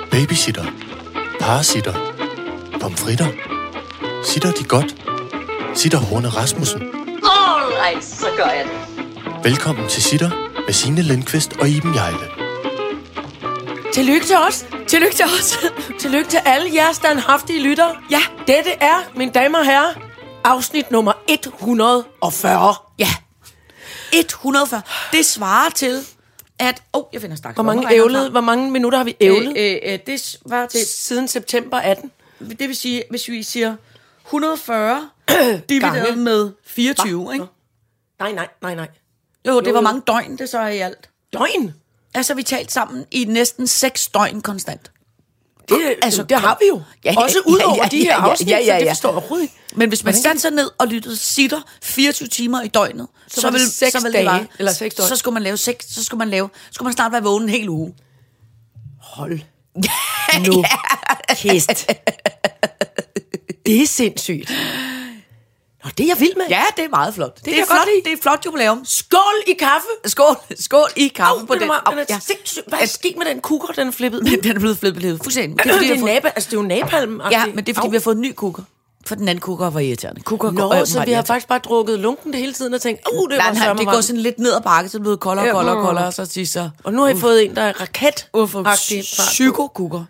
Babysitter. Parasitter. Pomfritter. Sitter de godt? Sitter Horne Rasmussen. Alright, så gør jeg det. Velkommen til Sitter med Signe Lindqvist og Iben Hjejle. Tillykke til os. Tillykke til os. Tillykke til alle jer standhaftige lyttere. Ja, dette er, mine damer og herrer, afsnit nummer 140. Ja, 140. Det svarer til, at... jeg finder straks. Hvor mange minutter har vi ævlet? Det svarer til... Siden september 18. Det vil sige, hvis vi siger 140 divideret med 24, ikke? Nej. Jo, det var mange døgn, det så er i alt. Døgn? Altså, vi talt sammen i næsten 6 døgn konstant. Det har vi jo. Ja, også ud over de her afsnit, ja. så det forstår jeg overhovedet ikke. Men hvis man satte sig ned og lyttede Sitter 24 timer i døgnet, så ville 6 dage, eller 6 døgn. Så skulle man snart være vågen en hel uge. Hold nu kæst. Det er sindssygt. Nå, det er jeg vild med. Ja, det er meget flot. Det er flot. Det er et flot jubilæum. Skål i kaffe. Skål i kaffe på den. Den er sindssygt. Hvad er sket med den kukker, den er flippet? Den er blevet flippet. Fuldstændig. Det er jo napalm. Ja, men det er fordi, vi har fået en ny kukker. For den anden kukker var irriterende. Så vi har faktisk bare drukket lunken det hele tiden og tænkt, det var nej, det går sådan lidt ned ad bakke, så det er blevet koldere, og så sidst så... Og nu har I fået en, der er raket-agtig. Psykokukker.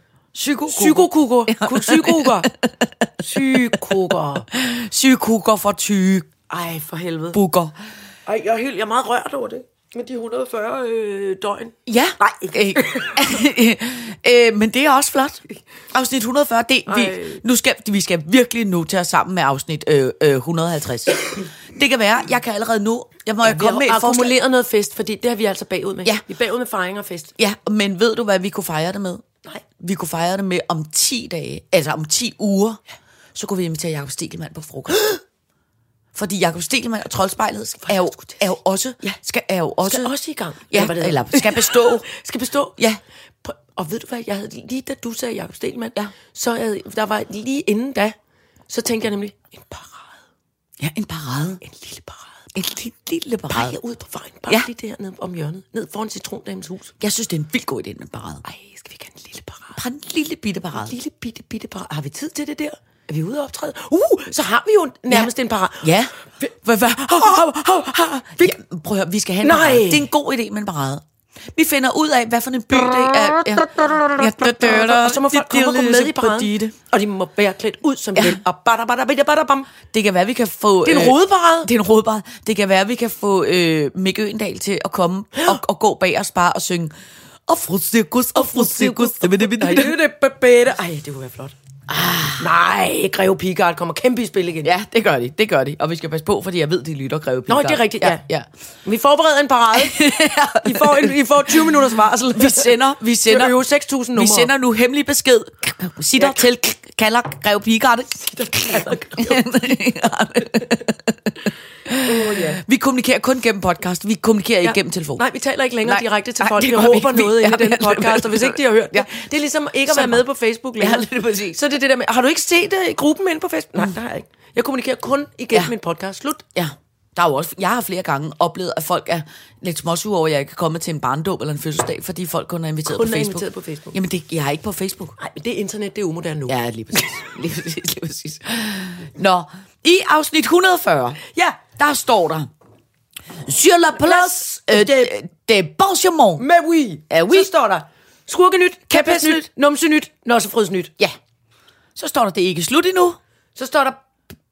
Psykokukker for tyk. Ej, for helvede. Bukker. Ej, jeg er meget rørt over det. Med de 140 døgn. Ja. Nej, ikke. Men det er også flot. Afsnit 140, vi skal virkelig nu tage os sammen med afsnit 150. Det kan være, jeg kan allerede nu... Jeg må komme med et akkumuleret noget fest, fordi det har vi altså bagud med. Ja. Vi er bagud med fejring og fest. Ja, men ved du, hvad vi kunne fejre det med? Nej. Vi kunne fejre det med om 10 dage, altså om 10 uger, så kunne vi invitere Jakob Stegelmann på frokost. Fordi Jakob Stegelmann og Troldspejlet er jo også i gang. Ja, eller skal bestå. Skal bestå. Ja. Og ved du hvad, jeg havde lige da du sagde Jakob Stegelmann, så der var lige inden da, så tænkte jeg nemlig en parade. Ja, en parade. En lille parade. En lille parade. Bare ud på vejen. Bare lige dernede om hjørnet. Ned foran Citrondamens hus. Jeg synes, det er en vildt god idé, den parade. Ej, skal vi ikke have en lille parade? Bare en lille bitte parade. En lille bitte parade. Har vi tid til det der? Er vi ude at optræde? Så har vi jo nærmest en parade. Ja. Prøv at høre, vi skal have en parade. Det er en god idé med en parade. Vi finder ud af, hvad for en by det er. Og så må folk komme og gå med i paraden. Og de må være klædt ud, som de vil. Det kan være, vi kan få... Det er en rodeparade. Det er en rodeparade. Det kan være, vi kan få Mikke Øgendahl til at komme og gå bag os bare og synge Afrocirkus. Ej, det kunne være flot. Nej, Greve Pigard kommer kæmpe i spil igen. Ja, det gør de. Og vi skal passe på, fordi jeg ved, de lytter Greve Pigard. Nå, det er rigtigt, ja. Vi forbereder en parade. I får 20 minutters varsel. Vi sender jo 6.000 numre. Vi sender nu hemmelig besked. Sitter til kalder Greve Pigard. Vi kommunikerer kun gennem podcast. Vi kommunikerer ikke gennem telefon. Nej, vi taler ikke længere direkte til folk. Vi råber noget ind i den podcast, og hvis ikke de har hørt det. Det er ligesom ikke at være med på Facebook længere. Ja, præcis. Så det er det der med, har du ikke set gruppen inde på Facebook? Nej, det har jeg ikke. Jeg kommunikerer kun igennem min podcast. Slut. Ja. Der er jo også, jeg har flere gange oplevet, at folk er lidt småsure over, at jeg ikke kan komme til en barndåb eller en fødselsdag, fordi folk kun er inviteret på Facebook. Jamen, jeg er ikke på Facebook. Nej, men det internet, det er umoderne nu. Ja, lige præcis. Nå, i afsnit 140, der står der, sur la place de Benjamin. Mais oui. Så står der, skurkenyt, kapasnyt, numsenyt, nossefrødsnyt. Ja. Så står der, det er ikke slut endnu. Så står der,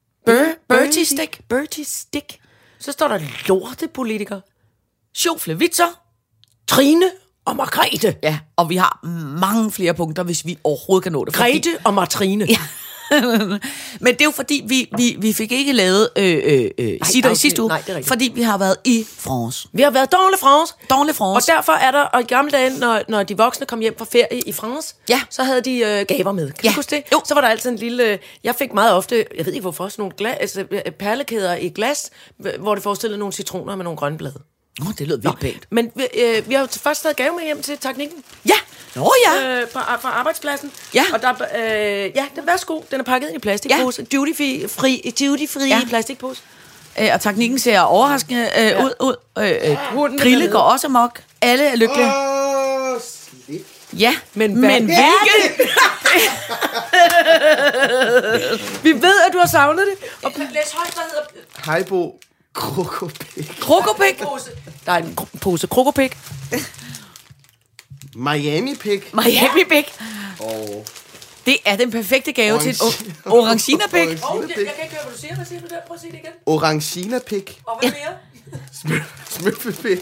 Bertie Stick. Så står der lortepolitiker. Sjoflevitser. Trine og Margrethe. Ja, og vi har mange flere punkter, hvis vi overhovedet kan nå det. Grete og Martrine. Ja. Men det er jo fordi, vi fik ikke lavet Sitter i sidste uge, fordi vi har været i France. Vi har været dans le France. Og derfor er der, og i gamle dage, når de voksne kom hjem fra ferie i France, så havde de gaver med. Kan du huske det? Jo. Så var der altid en lille, jeg fik meget ofte, jeg ved ikke hvorfor, sådan nogle perlekæder i glas, hvor det forestillede nogle citroner med nogle grønne blade. Det lød vildt pænt. Men vi har jo først taget gave med hjem til teknikken. Ja. Fra arbejdspladsen. Ja. Og der, værsgo, den er pakket i en plastikpose. Ja. Duty-free plastikpose. Og teknikken ser overraskende ud. Grille går også amok. Alle er lykkelige. Slik. Ja, men hvilke? Vi ved, at du har savnet det. Og læs højt, hvad hedder... Haribo Krokopik. Krokopik? Der er en pose krokopik. Miami Pik. Miami Pik. Og det er den perfekte gave til en Orangina Pik. Jeg kan ikke høre, hvad du siger. Hvad siger du der? Prøv at sige det igen. Orangina Pik. Og hvad mere? Smølfepik.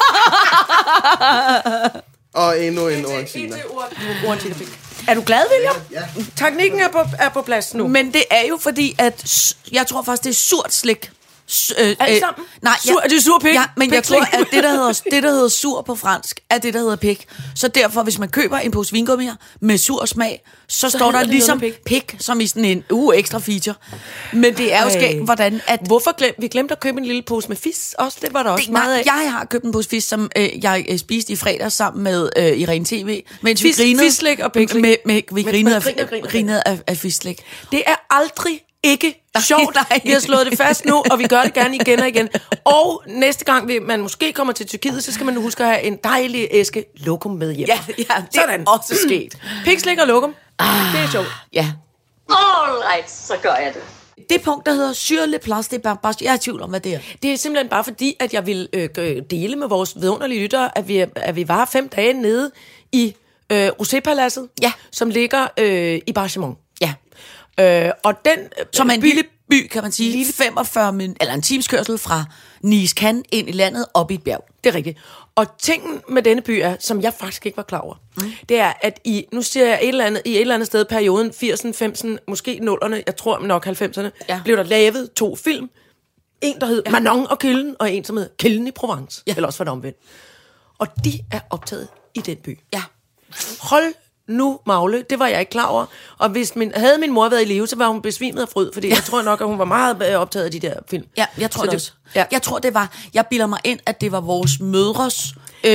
Og endnu en orangina. Orangina Pik. Er du glad, William? Ja. Teknikken er på plads nu. Men det er jo fordi, at jeg tror faktisk, det er surt slik. Alle sammen? Nej, Er det sur pik? Ja, men jeg tror, at det, der hedder sur på fransk, er det, der hedder pik. Så derfor, hvis man køber en pose vingummier med sur smag, så står der ligesom pik, som i sådan en ekstra feature. Men det er jo skægt, hvordan at... Hvorfor vi glemte at købe en lille pose med fisk også? Det var der også meget af. Jeg har købt en pose fisk, som jeg spiste i fredag sammen med Irene TV. Mens vi grinede... Fisklæg og pikslæg. Vi grinede af fisklæg. Det er aldrig ikke sjovt. Vi har slået det fast nu, og vi gør det gerne igen og igen. Og næste gang man måske kommer til Tyrkiet, så skal man huske at have en dejlig æske lokum med hjem. Ja, det er også sket. Pikslæg og lokum. Det er sjovt. Ja. Alright, så gør jeg det. Det punkt, der hedder sur le place de Barbas, jeg er i tvivl om, hvad det er. Det er simpelthen bare fordi, at jeg vil dele med vores vidunderlige lyttere, at vi var 5 dage nede i Rosé-paladset, som ligger i Barchemont. Ja. Og den... Som er en lille by, kan man sige, 45 minutter, eller en times kørsel fra Nice-Cannes ind i landet, op i et bjerg. Det er rigtigt. Og tingen med denne by er, som jeg faktisk ikke var klar over, det er, at nu siger jeg i et eller andet sted, perioden 80'erne, 90'erne, måske 0'erne, jeg tror nok 90'erne, blev der lavet 2 film. En, der hed Manon og Kilden, og en, som hed Kilden i Provence. Eller også var det omvendt. Og de er optaget i den by. Ja. Hold nu, Magle, det var jeg ikke klar over. Og hvis havde min mor været i live, så var hun besvimet af fryd, fordi jeg tror nok, at hun var meget optaget af de der film. Ja, jeg tror det også. Ja. Jeg tror, det var... Jeg bilder mig ind, at det var vores mødres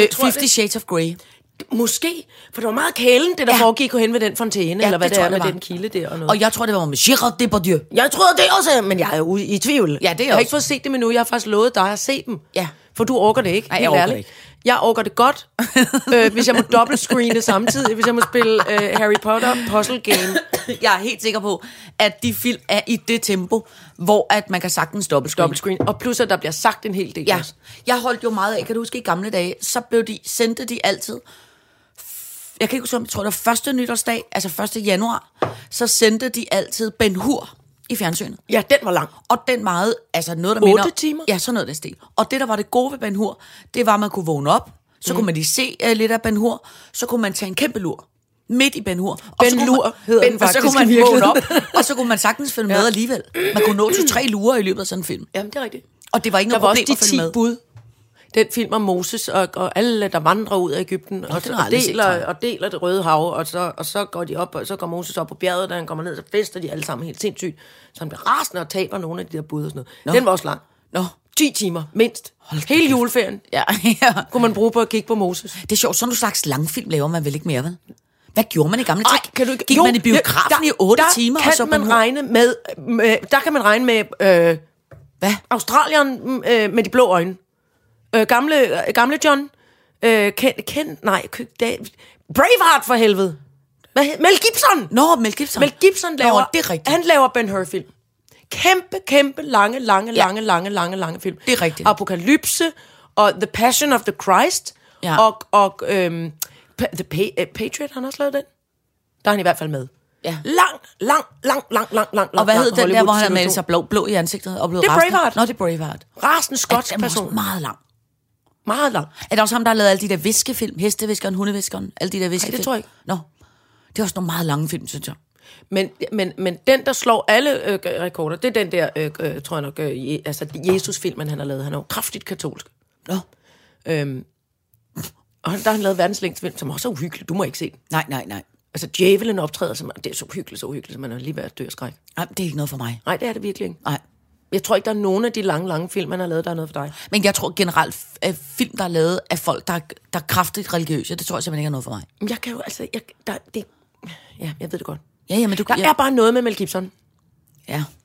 50 Shades of Grey. Måske, for det var meget kælen, det der foregik hen ved den fontæne, eller hvad det er med den kilde der og noget. Og jeg tror, det var med Gérard Depardieu. Jeg tror det også, men jeg er jo i tvivl. Ja, det er jeg har ikke fået set dem endnu, jeg har faktisk lovet dig at se dem. Ja. For du orker det ikke. Nej, jeg orker det ikke. Jeg orker det godt, hvis jeg må dobbeltscreene samtidig, hvis jeg må spille Harry Potter Puzzle Game. Jeg er helt sikker på, at de film er i det tempo, hvor at man kan sagtens dobbeltscreen. Og plus, at der bliver sagt en hel del også. Jeg holdt jo meget af, kan du huske i gamle dage, så sendte de altid, jeg kan ikke huske, jeg tror det var første nytårsdag, altså 1. januar, så sendte de altid Ben Hur i fjernsynet. Ja, den var lang. Og den meget, altså noget, der 8 timer? Ja, sådan noget der stil. Og det, der var det gode ved Ben Hur, det var, at man kunne vågne op, så kunne man lige se lidt af Ben Hur, så kunne man tage en kæmpe lur midt i Ben Hur. Ben Lur hedder den faktisk. Og så kunne man vågne op, og så kunne man sagtens følge med alligevel. Man kunne nå 2-3 lurer i løbet af sådan en film. Jamen, det er rigtigt. Og det var ikke noget problem at følge med. Der var også de 10 bud. Den film om Moses og alle, der vandrer ud af Egypten og deler det Røde Hav, og så går de op, og så går Moses op på bjerget, da han kommer ned, så fester de alle sammen helt sindssygt. Så han bliver rasende og taber nogle af de der bud og sådan noget. Den var også lang. 10 timer, mindst. Hele juleferien. Ja. Kunne man bruge på at kigge på Moses. Det er sjovt, sådan en slags langfilm laver man vel ikke mere, vel? Hvad gjorde man i gamle tider? Gik man i biografen i 8 timer? Der kan man regne med hvad? Australieren med de blå øjne. Gamle John. Braveheart for helvede. Mel Gibson. Mel Gibson. Mel Gibson laver, det er rigtigt. Han laver Ben Hur-film. Kæmpe, lange film. Det er rigtigt. Apokalypse og The Passion of the Christ og The Patriot, han har også lavet den. Der er han i hvert fald med. Ja. Lang. Og hvad hed den der, hvor han har malet sig blå i ansigtet og blevet rasende? Det er Braveheart. Det er Braveheart. Rasende skotsk person. Den var meget lang. Meget lang. Er det også ham, der har lavet alle de der viskefilm? Hesteviskeren, hundeviskeren, alle de der viskefilm? Nej, det tror jeg ikke. Det er også nogle meget lange film, synes jeg. Men den, der slår alle rekorder, det er den der, tror jeg nok, altså Jesus-filmen, han har lavet. Han er jo kraftigt katolsk. Og der har han lavet verdens længste film, som også er uhyggelig. Du må ikke se den. Nej. Altså, djævelen optræder, som det er så uhyggeligt, så man er lige ved at dø af skræk. Nej, det er ikke noget for mig. Nej, det er det virkelig ikke. Nej. Jeg tror ikke, der er nogen af de lange film, man har lavet, der er noget for dig. Men jeg tror generelt, at film, der er lavet af folk, der er kraftigt religiøse, det tror jeg simpelthen ikke er noget for mig. Men jeg kan jo, altså, jeg ved det godt. Ja, men der er bare noget med Mel Gibson. Ja.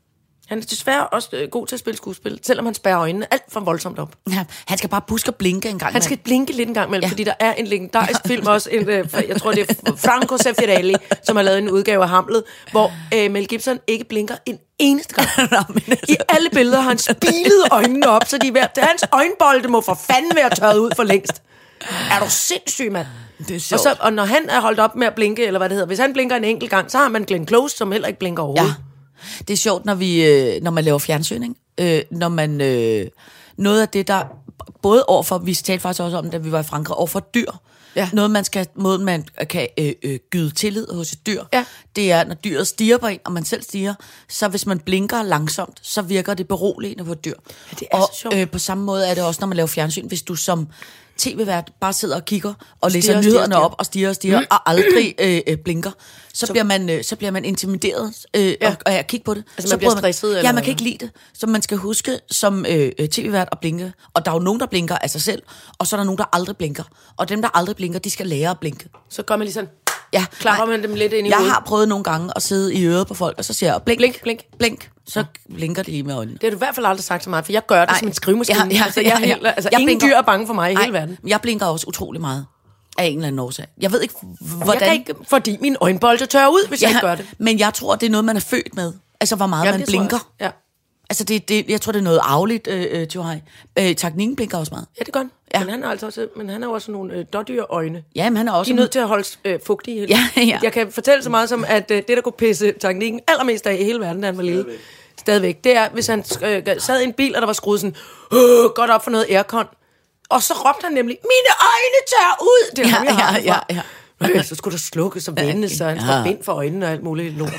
Han er desværre også god til at spille skuespil, selvom han spærrer øjnene alt for voldsomt op. Ja, han skal bare huske at blinke en gang. Han skal blinke lidt en gang imellem, fordi der er en legendarisk film også, jeg tror det er Franco Zeffirelli, som har lavet en udgave af Hamlet, hvor Mel Gibson ikke blinker en eneste gang. I alle billeder har han spilet øjnene op, så hans øjenbolde må for fanden være tørret ud for længst. Er du sindssyg, mand? Det er sjovt. Og når han er holdt op med at blinke, eller hvad det hedder, hvis han blinker en enkelt gang, så har man Glenn Close, som heller ikke blinker overhovedet. Ja. Det er sjovt, når man laver fjernsyn, ikke? Når man noget af det, der både overfor, vi talte faktisk også om, da vi var i Frankrig, overfor dyr. Ja. Noget man kan gyde tillid hos et dyr. Ja. Det er, når dyret stiger på en, og man selv stiger, så hvis man blinker langsomt, så virker det beroligende på et dyr. Ja, det er så sjovt. På samme måde er det også, når man laver fjernsyn, hvis du som tv-vært bare sidder og kigger og læser nyhederne op og stiger og aldrig blinker, så bliver man intimideret og at kigge på det. Altså man bliver stresset? Ja, man kan ikke lide det. Så man skal huske som tv-vært at blinke. Og der er jo nogen, der blinker af sig selv, og så er der nogen, der aldrig blinker. Og dem, der aldrig blinker, de skal lære at blinke. Så gør man lige sådan... Ja, klapper man dem lidt ind i hovedet. Jeg har prøvet nogle gange at sidde i øret på folk, og så siger jeg, blink. Så blinker de lige med øjnene. Det har du i hvert fald aldrig sagt så meget, for jeg gør det som en skrivemaskine. Ingen dyr er bange for mig i hele verden. Jeg blinker også utrolig meget af en eller anden årsag. Jeg ved ikke, hvordan... Fordi min øjenbolde tørrer ud, hvis jeg ikke gør det. Men jeg tror, det er noget, man er født med. Altså, hvor meget man blinker. Ja. Altså, jeg tror, det er noget arveligt, Johaj. Teknikken blinker også meget. Ja, det gør han. Ja. Men han har også nogle dårdyrøjne. Ja, men han er også... De er nødt til at holde fugtige. Ja. Jeg kan fortælle så meget som, at det, der kunne pisse teknikken allermest af i hele verden, da han var lille, stadigvæk, det er, hvis han sad i en bil, og der var skruet sådan, godt op for noget aircon, og så råbte han nemlig, mine øjne tør ud! Det er ja. Så skulle der slukkes og vendes, så han skulle bind for øjnene og alt muligt lort.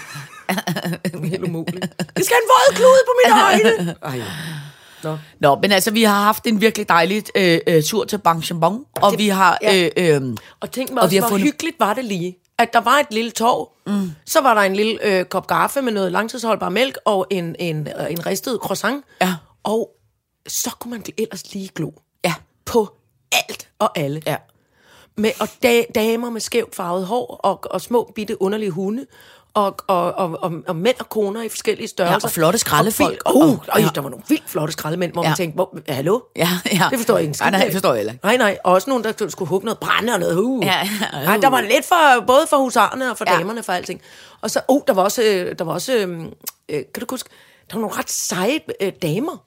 Helt umuligt. Det skal en våd klude på mine øjne! Ej. Nå, men altså, vi har haft en virkelig dejlig tur til Bangchabon, og vi har... og tænk mig også, hvor hyggeligt var det lige, at der var et lille torv, så var der en lille kop kaffe med noget langtidsholdbar mælk, og en ristet croissant, og så kunne man ellers lige glo på alt og alle. Ja. Og damer med skævt farvet hår, og små bitte underlige hunde, og mænd og koner i forskellige størrelser. Ja, og flotte skraldefolk. Der var nogle vildt flotte skraldemænd, hvor man tænkte, hallo? Ja. Det forstår jeg ikke. Nej, det forstår jeg heller ikke. Nej, og også nogen, der skulle hugge noget brænde og noget Nej, der var lidt for, både for husarerne og for damerne, for alting. Og så, der var også, kan du huske, der var nogle ret seje damer.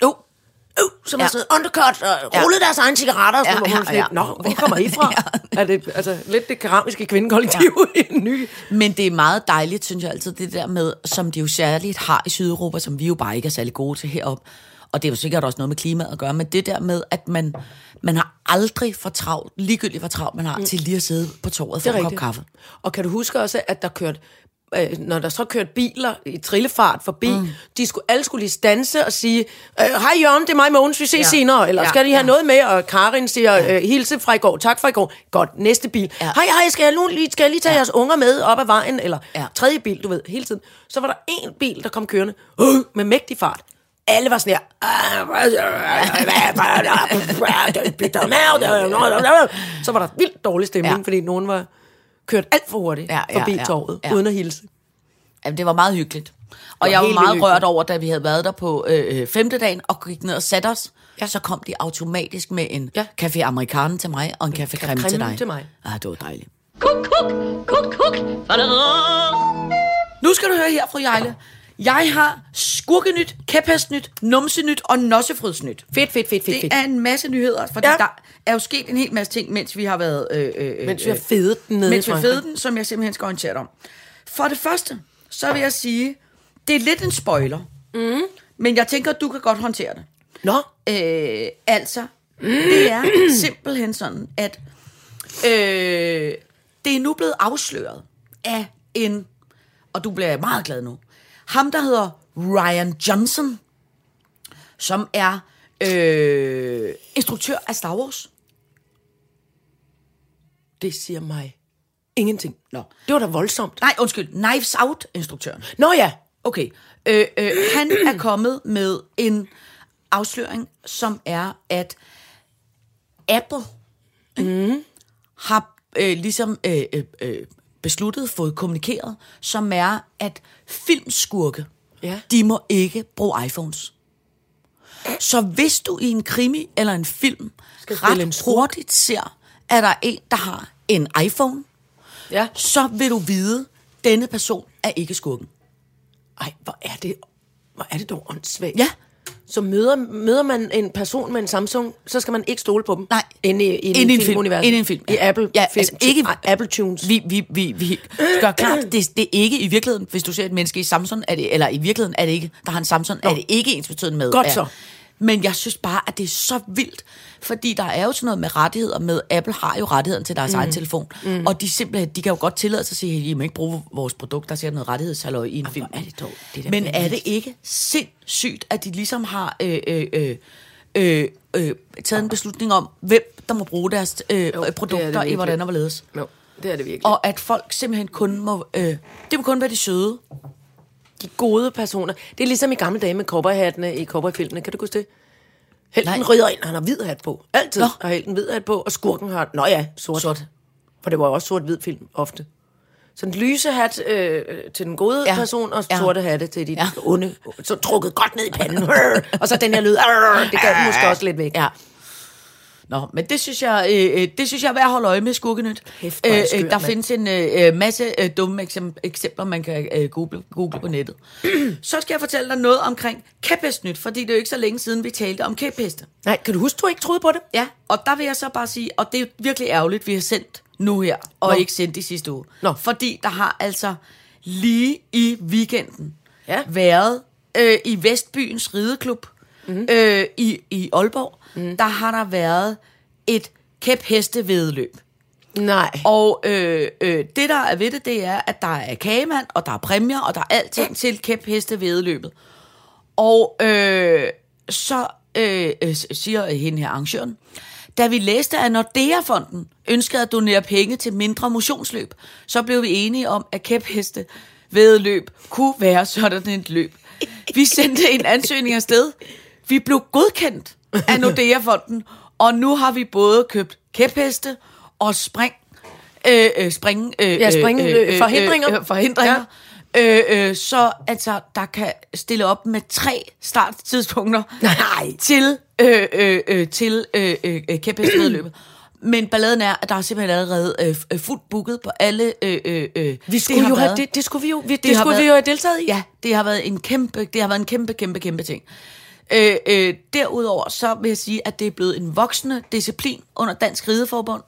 Som var sådan undercut og rullede deres egen cigaretter. Og sådan, Nå, hvor kommer I fra? Er det altså lidt det keramiske kvindekollektiv i en ny? Men det er meget dejligt, synes jeg altid, det der med, som de jo særligt har i Sydeuropa, som vi jo bare ikke er særlig gode til heroppe. Og det er jo sikkert også noget med klimaet at gøre, men det der med, at man har aldrig for travlt, ligegyldigt for travlt man har, til lige at sidde på torvet for en kop kaffe. Og kan du huske også, at der kørte, når der så kørte biler i trillefart forbi, alle skulle lige standse og sige, hej Jørgen, det er mig Mogens, vi ses senere, eller skal de have noget med, og Karin siger, hilse fra i går, tak for i går, godt, næste bil, hej, skal jeg lige tage jeres unger med op ad vejen, eller tredje bil, du ved, hele tiden. Så var der en bil, der kom kørende, med mægtig fart. Alle var sådan her, så var der vildt dårlig stemning, fordi nogen var kørt alt for hurtigt forbi torvet, uden at hilse. Jamen, det var meget hyggeligt. Og jeg var meget rørt over, da vi havde været der på 5. dagen, og gik ned og satte os, så kom de automatisk med en café americano til mig, og en café creme til dig. Til mig. Det var dejligt. Kuk. Nu skal du høre her, fru Jejle. Jeg har skurkenyt, kæphestnyt, numsenyt og nossefrydsnyt. Fedt. Det er en masse nyheder, for der er jo sket en hel masse ting, mens vi har været... mens vi har fedet den nede. Mens vi har fedet den, som jeg simpelthen skal orientere dig om. For det første, så vil jeg sige, det er lidt en spoiler, men jeg tænker, at du kan godt håndtere det. Nå? Det er simpelthen sådan, at det er nu blevet afsløret af en... Og du bliver meget glad nu. Ham, der hedder Rian Johnson, som er instruktør af Star Wars. Det siger mig ingenting. Nå. Det var da voldsomt. Nej, undskyld. Knives Out-instruktøren. Nå ja. Okay. Han er kommet med en afsløring, som er, at Apple har besluttet, fået kommunikeret, som er, at filmskurke de må ikke bruge iPhones. Så hvis du i en krimi eller en film ret hurtigt ser, at der er en, der har en iPhone, så vil du vide, at denne person er ikke skurken. Ej, hvor er det dog åndssvagt. Ja. Så møder man en person med en Samsung, så skal man ikke stole på dem. Nej. Inde i en filmunivers. Inde i en film. I Apple. Ja, film, altså ikke Apple Tunes. Vi gør klart, det er ikke i virkeligheden, hvis du ser et menneske i Samsung, eller i virkeligheden er det ikke, der har en Samsung, er det ikke ensbetydende med. Godt så. Men jeg synes bare, at det er så vildt, fordi der er jo sådan noget med rettigheder med, Apple har jo rettigheden til deres egen telefon, og de simpelthen, de kan jo godt tillade sig at sige, at I må ikke bruge vores produkt, der ser noget rettighedshalløj i en film. Er det dog, det men er det ikke sindssygt, at de ligesom har taget en beslutning om, hvem der må bruge deres produkter i hvordan og hvorledes? Jo, det er det virkelig. Og at folk simpelthen kun må, det må kun være de søde. De gode personer. Det er ligesom i gamle dage med cowboyhattene i cowboyfilmene. Kan du huske det? Helten rider ind, han har hvid hat på. Altid har helten hvid hat på, og skurken har, sort. For det var jo også sort-hvid film, ofte. Så en lyse hat til den gode person, og sorte hatte til de onde. Så trukket godt ned i panden. Og så den her lyd. Det gør den måske også lidt væk. Ja. Nå, men det synes jeg er værd at holde øje med Skurkenyt. Der findes en masse dumme eksempler, man kan google på nettet. Så skal jeg fortælle dig noget omkring kæphestnyt, fordi det er jo ikke så længe siden, vi talte om kæpheste. Nej, kan du huske, du ikke troede på det? Ja, og der vil jeg så bare sige, og det er virkelig ærgerligt, vi har sendt nu her, og ikke sendt i sidste uge. Fordi der har altså lige i weekenden været i Vestbyens rideklub i Aalborg, der har der været et kæphestevæddeløb. Nej. Og det, der er ved det er, at der er kagemand, og der er præmier, og der er alting til kæphestevæddeløbet. Og så siger hende her arrangøren, da vi læste, at Nordea-fonden ønskede at donere penge til mindre motionsløb, så blev vi enige om, at kæphestevæddeløb kunne være sådan et løb. Vi sendte en ansøgning afsted. Vi blev godkendt af Nordea-fonden, og nu har vi både købt kæpheste og forhindringer. Så altså, der kan stille op med 3 starttidspunkter til kæphestevedløbet. Men balladen er, at der er simpelthen allerede fuldt booket på alle. Det skulle vi jo have deltaget i. Ja, det har været en kæmpe ting. Derudover så vil jeg sige, at det er blevet en voksende disciplin under Dansk Rideforbund.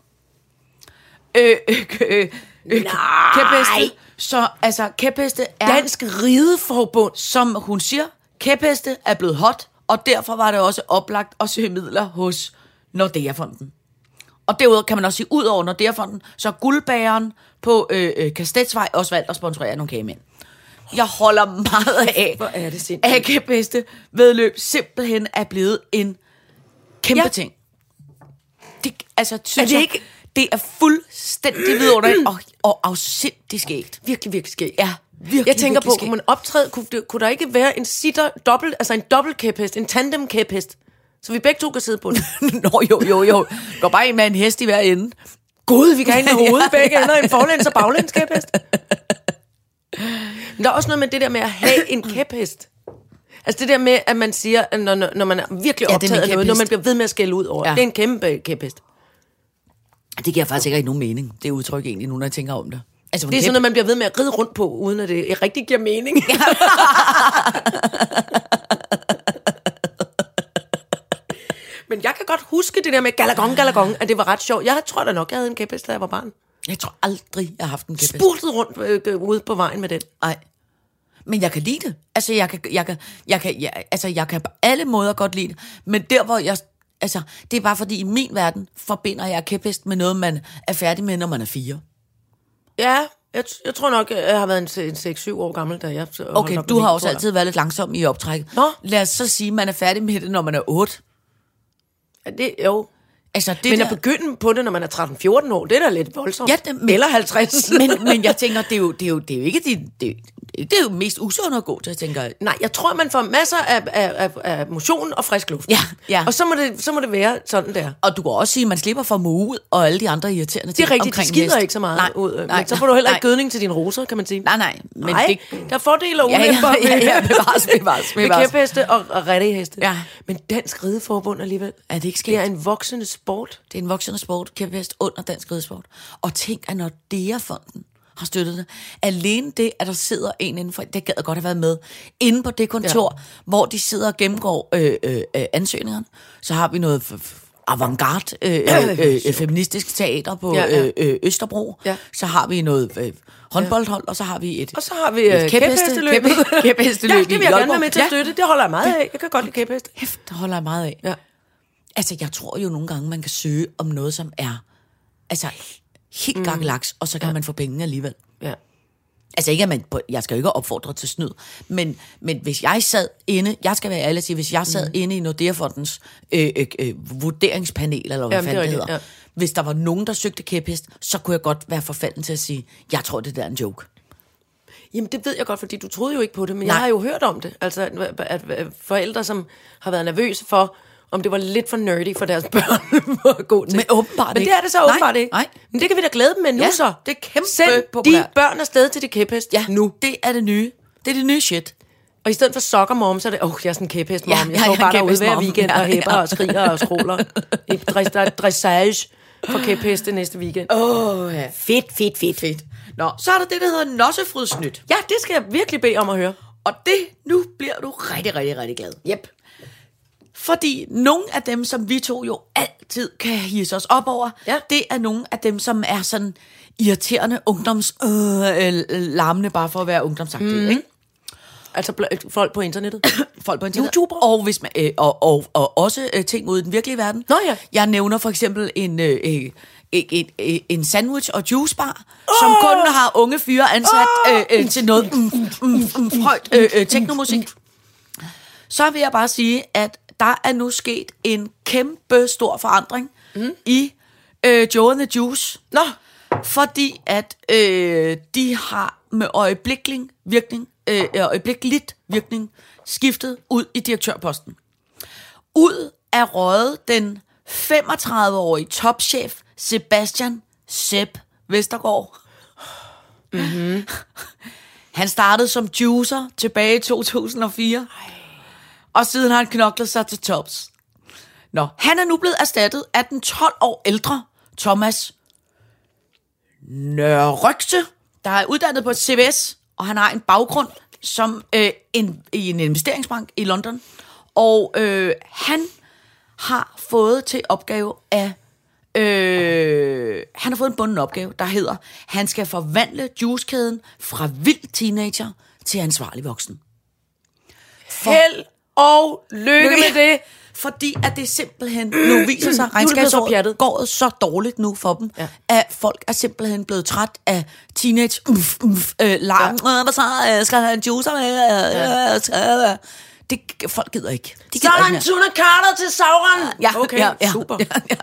Kæpheste. Så altså, kæpheste er... Dansk Rideforbund. Som hun siger, kæpheste er blevet hot, og derfor var det også oplagt at søge midler hos Nordea-fonden. Og derudover kan man også sige, ud over Nordea-fonden, så guldbageren på Kastetsvej også valgt at sponsorere nogle kagemænd. Jeg holder meget af, at kæpheste vedløb simpelthen er blevet en kæmpe ting. Det, altså, synes jeg, det er fuldstændig vidunderligt og afsindigt skægt. Virkelig skægt. Ja, virkelig. Jeg tænker på, kunne man optræde, kunne der ikke være en en dobbelt kæphest, en tandem kæphest, så vi begge to kan sidde på den? Nå, jo. Går bare ind med en hest i hver ende. Gud, vi kan have en med hovedet begge ender, en forlæns og baglæns kæphest. Men der er også noget med det der med at have en kæphest. Altså det der med, at man siger, at når man er virkelig optaget af noget, når man bliver ved med at skælde ud over. Ja. Det er en kæmpe kæphest. Det giver faktisk ikke nogen mening. Det udtryk egentlig nu, når jeg tænker om det. Altså, det er sådan noget, man bliver ved med at ride rundt på, uden at det rigtig giver mening. Men jeg kan godt huske det der med galagong, at det var ret sjovt. Jeg tror da nok, jeg havde en kæphest, da jeg var barn. Jeg tror aldrig, jeg har haft en kæphest. Spurtet rundt ude på vejen med den. Nej. Men jeg kan lide det. Altså, jeg kan på alle måder godt lide det. Men der, hvor jeg... Altså, det er bare fordi, i min verden forbinder jeg kæphest med noget, man er færdig med, når man er 4. Ja, jeg tror nok, jeg har været en 6-7 år gammel, da jeg... Okay, du har også altid været lidt langsom i optrækket. Nå? Lad os så sige, at man er færdig med det, når man er 8. Ja, det jo... Altså, det men at begynde på det, når man er 13-14 år, det er da lidt voldsomt. Ja, eller 50. men jeg tænker, det er jo ikke Det er jo mest usundt at gå til, tænker jeg. Nej, jeg tror, man får masser af motion og frisk luft. Ja. Og så må det være sådan der. Og du kan også sige, at man slipper for måge ud og alle de andre irriterende ting. Det er rigtigt, de skider ikke så meget ud. Men så får du heller ikke gødning til dine roser, kan man sige. Nej. Men det, der er fordele og ulemper bevares. med kæpheste og rætteheste. Ja. Men Dansk Rideforbund alligevel. Er det ikke sket? Det er en voksende sport. Det er en voksende sport, kæphest under Dansk Ridesport. Og tænk, at når DEA-fonden har støttet det, alene det, at der sidder en indenfor, det gad jeg godt have været med, inde på det kontor, hvor de sidder og gennemgår ansøgningerne, så har vi noget avantgarde feministisk teater på Østerbro, så har vi noget håndboldhold, og så har vi et... Og så har vi kæphesteløbet. Kæphesteløbet. Det vil jeg gerne være med til at støtte. Det holder jeg meget af. Jeg kan godt lide kæpheste. Det holder jeg meget af. Ja. Altså, jeg tror jo nogle gange, man kan søge om noget, som er helt gakkelaks, og så kan man få penge alligevel. Ja. Altså ikke, at jeg skal jo ikke opfordre til snyd, men hvis jeg sad inde, jeg skal være ærlig at sige, hvis jeg sad inde i Nordea-fondens vurderingspanel, eller hvad fanden det hedder, hvis der var nogen, der søgte kæphest, så kunne jeg godt være forfalden til at sige, jeg tror, det der er en joke. Jamen, det ved jeg godt, fordi du troede jo ikke på det, men jeg har jo hørt om det. Altså, at forældre, som har været nervøse for, om det var lidt for nerdy for deres børn at gå til. Men åbenbart ikke. Men det er det så åbenbart ikke. Nej. Men det kan vi da glæde dem med nu så. Det er kæmpe Send populært. de børn afsted til det kæphest nu. Det er det nye. Det er det nye shit. Og i stedet for soccer mom, så er det, jeg er sådan en kæphest mom. Jeg står bare derude hver weekend og hæpper og skriger og skråler. Der er dressage for kæpheste næste weekend. Fedt. Nå, så er der det, der hedder nossefrydsnyt. Ja, det skal jeg virkelig bede om at høre. Og nu bliver du rigtig, rigtig, rigtig glad. Yep. Fordi nogle af dem, som vi to jo altid kan hisse os op over, det er nogle af dem, som er sådan irriterende larmende bare for at være ungdomsagtige, ikke? Altså folk på internettet? Folk på internettet. YouTuber? Og, hvis man, og også ting ude i den virkelige verden. Nå ja. Jeg nævner for eksempel en sandwich- og juicebar, som kun har unge fyre ansat til noget højt teknomusik. Så vil jeg bare sige, at der er nu sket en kæmpe stor forandring i Joe and the Juice. Nå. Fordi at de har med øjeblikkeligt virkning skiftet ud i direktørposten. Ud er røget den 35-årige topchef Sebastian Sepp Vestergaard. Mm-hmm. Han startede som juicer tilbage i 2004. Og siden har han knoklet sig til tops. Nå, han er nu blevet erstattet af den 12 år ældre Thomas Nørrøgte, der er uddannet på CBS, og han har en baggrund som i en investeringsbank i London. Og han har fået til opgave af han har fået en bunden opgave, der hedder, han skal forvandle juicekæden fra vild teenager til ansvarlig voksen. Held og lykke med det. Fordi at det simpelthen nu viser sig, regnskabsåret går så dårligt nu for dem, at folk er simpelthen blevet træt af teenage larm. Hvad så? Skal jeg have en juicer med? Det, folk gider ikke. Så er der en tuna carter til Sauron. Ja, okay, super.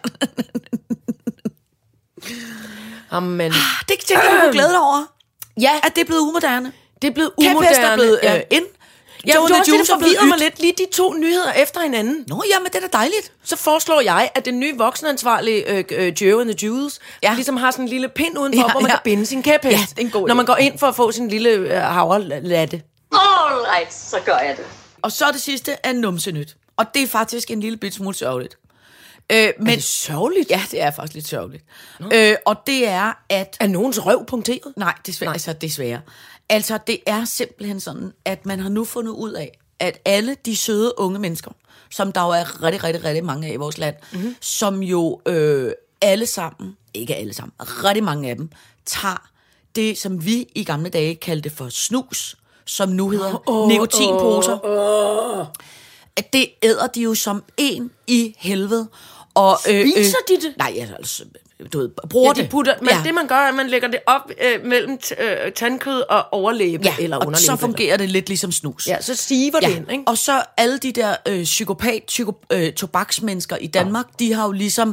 Amen. Det kan du glæde dig over. Ja. At det er blevet umoderne. Det er blevet umoderne. Kæphest er blevet ind. Ja, det var også det, der forvirrede mig lidt. Lige de to nyheder efter hinanden. Nå, jamen, det er da dejligt. Så foreslår jeg, at den nye voksenansvarlige Joe and the Juice ligesom har sådan en lille pind udenfor, hvor man kan binde sin kæphest. Ja, det er en god idé. Når man går ind for at få sin lille havrelatte. Alright, så gør jeg det. Og så det sidste er numsenyt. Og det er faktisk en lille bit smule sørgeligt. Men er det sørgeligt? Ja, det er faktisk lidt sørgeligt. Og det er, at... Er nogens røv punkteret? Nej, desværre. Altså, desværre. Altså, det er simpelthen sådan, at man har nu fundet ud af, at alle de søde unge mennesker, som der jo er rigtig, rigtig, rigtig mange af i vores land, som jo alle sammen, ikke alle sammen, rigtig mange af dem, tager det, som vi i gamle dage kaldte for snus, som nu hedder nikotinposer. Det æder de jo som en i helvede. Og, spiser de det? Nej, altså, du ved, bruger det. Putter, men det man gør, er, at man lægger det op mellem tandkød og overlæbe eller underlæbe. Og så fungerer det lidt ligesom snus. Ja, så siver det ind, ikke? Og så alle de der tobaksmennesker i Danmark, de har jo ligesom